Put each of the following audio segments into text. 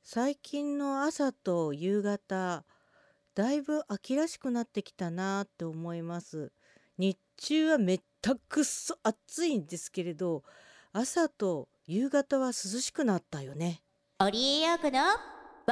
最近の朝と夕方、だいぶ秋らしくなってきたなって思います。日中はめったくそ暑いんですけれど、朝と夕方は涼しくなったよね。 オリエヨークのボイスデ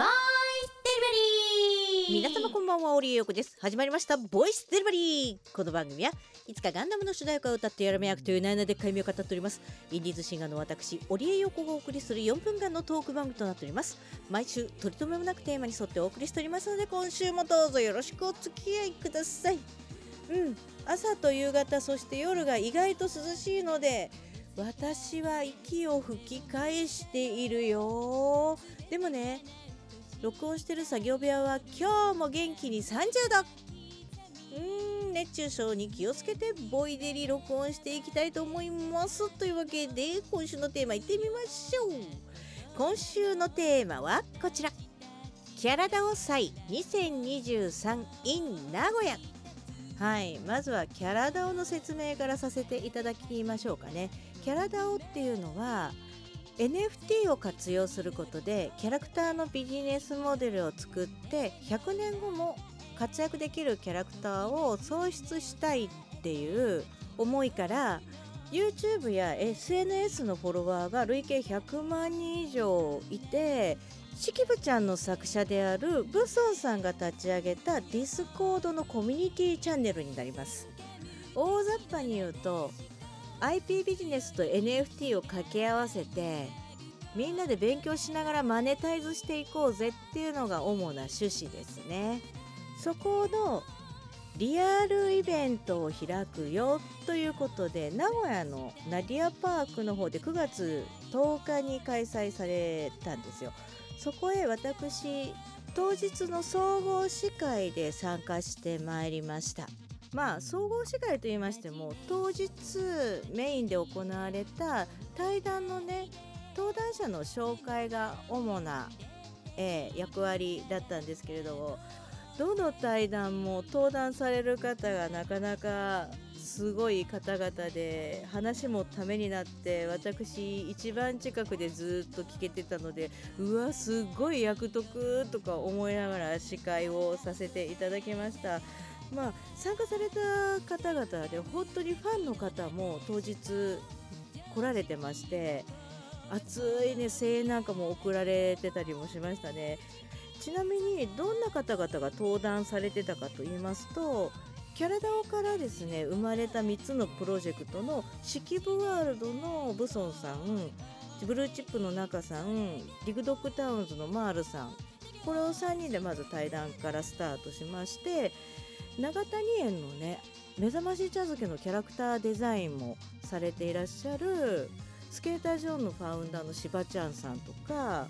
リバリー。 皆様こんばんは、オリエヨークです。始まりましたボイスデリバリー。この番組はいつかガンダムの主題歌を歌ってやらめ役という7でっかい目を語っております。インディーズシンガーの私オリエヨークがお送りする4分間のトーク番組となっております。毎週取り留めもなくテーマに沿ってお送りしておりますので、今週もどうぞよろしくお付き合いください。朝と夕方、そして夜が意外と涼しいので、私は息を吹き返しているよ。でもね、録音してる作業部屋は今日も元気に30度。熱中症に気をつけてボイデリ録音していきたいと思います。というわけで今週のテーマいってみましょう。今週のテーマはこちら、キャラダオ祭2023 in 名古屋。はい、まずはキャラダオの説明からさせていただきましょうかね。キャラダオっていうのはNFT を活用することでキャラクターのビジネスモデルを作って100年後も活躍できるキャラクターを創出したいっていう思いから YouTube や SNS のフォロワーが累計100万人以上いて、しきぶちゃんの作者であるブソンさんが立ち上げたディスコードのコミュニティチャンネルになります。大雑把に言うとIP ビジネスと NFT を掛け合わせてみんなで勉強しながらマネタイズしていこうぜっていうのが主な趣旨ですね。そこのリアルイベントを開くよということで、名古屋のナディアパークの方で9月10日に開催されたんですよ。そこへ私当日の総合司会で参加してまいりました。総合司会といいましても当日メインで行われた対談のね、登壇者の紹介が主な、役割だったんですけれども、どの対談も登壇される方がなかなかすごい方々で、話もためになって、私一番近くでずっと聞けてたので、うわすごい役得とか思いながら司会をさせていただきました。参加された方々で本当にファンの方も当日来られてまして、熱いね声援なんかも送られてたりもしましたね。ちなみにどんな方々が登壇されてたかと言いますと、キャラダオからですね生まれた3つのプロジェクトのシキブワールドのブソンさん、ブルーチップの中さん、リグドッグタウンズのマールさん、これを3人でまず対談からスタートしまして、長谷園のね目覚まし茶漬けのキャラクターデザインもされていらっしゃるスケータージョーンのファウンダーのしばちゃんさんとか、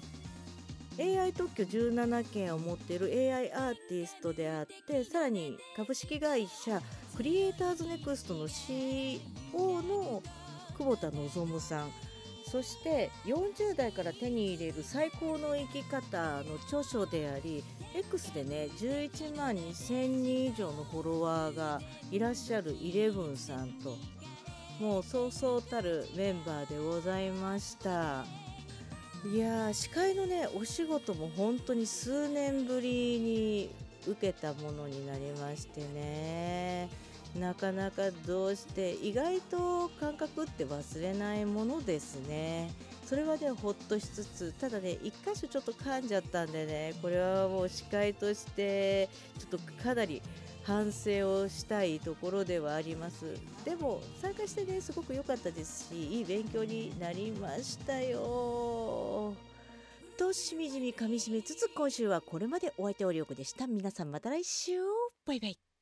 AI 特許17件を持っている AI アーティストであって、さらに株式会社クリエイターズネクストの CEO の久保田望さん、そして40代から手に入れる最高の生き方の著書であり X でね11万2000人以上のフォロワーがいらっしゃるイレブンさんと、もうそうそうたるメンバーでございました。いやー、司会のねお仕事も本当に数年ぶりに受けたものになりましてね、なかなかどうして意外と感覚って忘れないものですね。それはねほっとしつつ、ただね一箇所ちょっと噛んじゃったんでね、これはもう司会としてちょっとかなり反省をしたいところではあります。でも参加してねすごく良かったですし、いい勉強になりましたよと、しみじみ噛みしめつつ、今週はこれまで。お相手オリオコでした。皆さんまた来週、バイバイ。